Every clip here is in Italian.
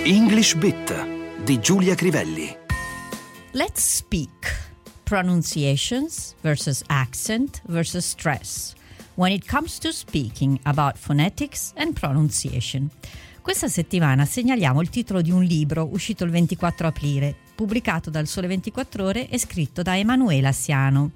English Bit di Giulia Crivelli. Let's speak. Pronunciations versus accent versus stress. When it comes to speaking about phonetics and pronunciation. Questa settimana segnaliamo il titolo di un libro uscito il 24 aprile, pubblicato dal Sole 24 Ore e scritto da Emanuela Siano,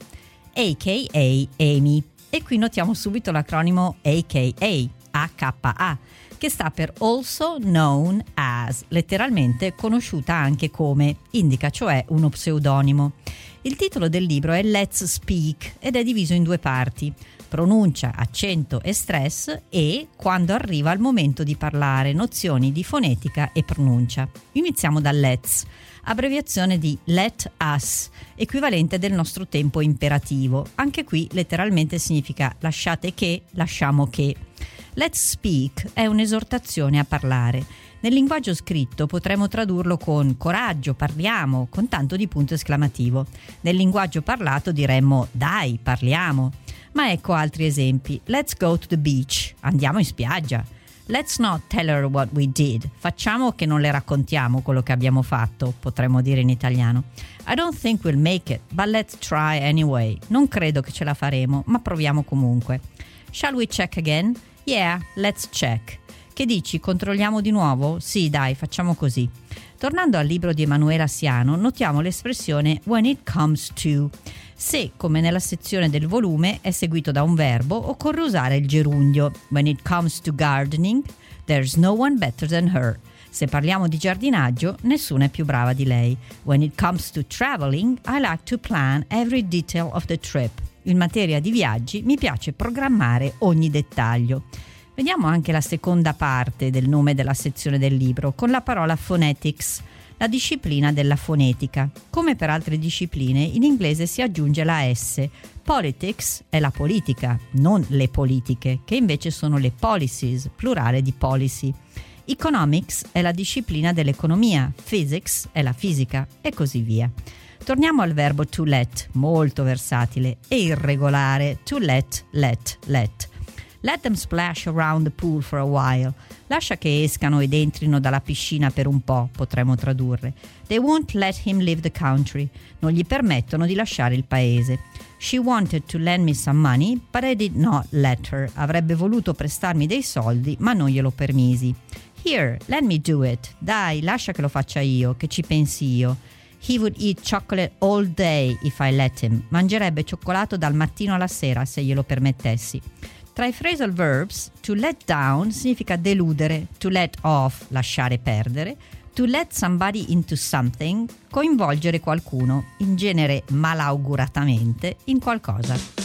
a.k.a. Amy. E qui notiamo subito l'acronimo a.k.a. AKA, che sta per Also Known As, letteralmente conosciuta anche come, indica cioè uno pseudonimo. Il titolo del libro è Let's Speak ed è diviso in due parti: pronuncia, accento e stress e, quando arriva il momento di parlare, nozioni di fonetica e pronuncia. Iniziamo da Let's, abbreviazione di Let Us, equivalente del nostro tempo imperativo. Anche qui letteralmente significa lasciate che, lasciamo che. Let's speak è un'esortazione a parlare. Nel linguaggio scritto potremmo tradurlo con coraggio, parliamo, con tanto di punto esclamativo. Nel linguaggio parlato diremmo dai, parliamo. Ma ecco altri esempi. Let's go to the beach. Andiamo in spiaggia. Let's not tell her what we did. Facciamo che non le raccontiamo quello che abbiamo fatto, potremmo dire in italiano. I don't think we'll make it, but let's try anyway. Non credo che ce la faremo, ma proviamo comunque. Shall we check again? Yeah, let's check. Che dici, controlliamo di nuovo? Sì, dai, facciamo così. Tornando al libro di Emanuela Siano, notiamo l'espressione when it comes to. Se, come nella sezione del volume, è seguito da un verbo, occorre usare il gerundio. When it comes to gardening, there's no one better than her. Se parliamo di giardinaggio, nessuna è più brava di lei. When it comes to traveling, I like to plan every detail of the trip. In materia di viaggi mi piace programmare ogni dettaglio. Vediamo anche la seconda parte del nome della sezione del libro, con la parola phonetics, la disciplina della fonetica. Come per altre discipline, in inglese si aggiunge la S. Politics è la politica, non le politiche, che invece sono le policies, plurale di policy. Economics è la disciplina dell'economia, physics è la fisica e così via. Torniamo al verbo to let, molto versatile e irregolare. To let. Let them splash around the pool for a while. Lascia che escano ed entrino dalla piscina per un po', potremmo tradurre. They won't let him leave the country. Non gli permettono di lasciare il paese. She wanted to lend me some money, but I did not let her. Avrebbe voluto prestarmi dei soldi, ma non glielo permisi. Here, let me do it. Dai, lascia che lo faccia io, che ci pensi io. He would eat chocolate all day if I let him. Mangerebbe cioccolato dal mattino alla sera se glielo permettessi. Tra i phrasal verbs, to let down significa deludere, to let off, lasciare perdere, to let somebody into something, coinvolgere qualcuno, in genere malauguratamente, in qualcosa.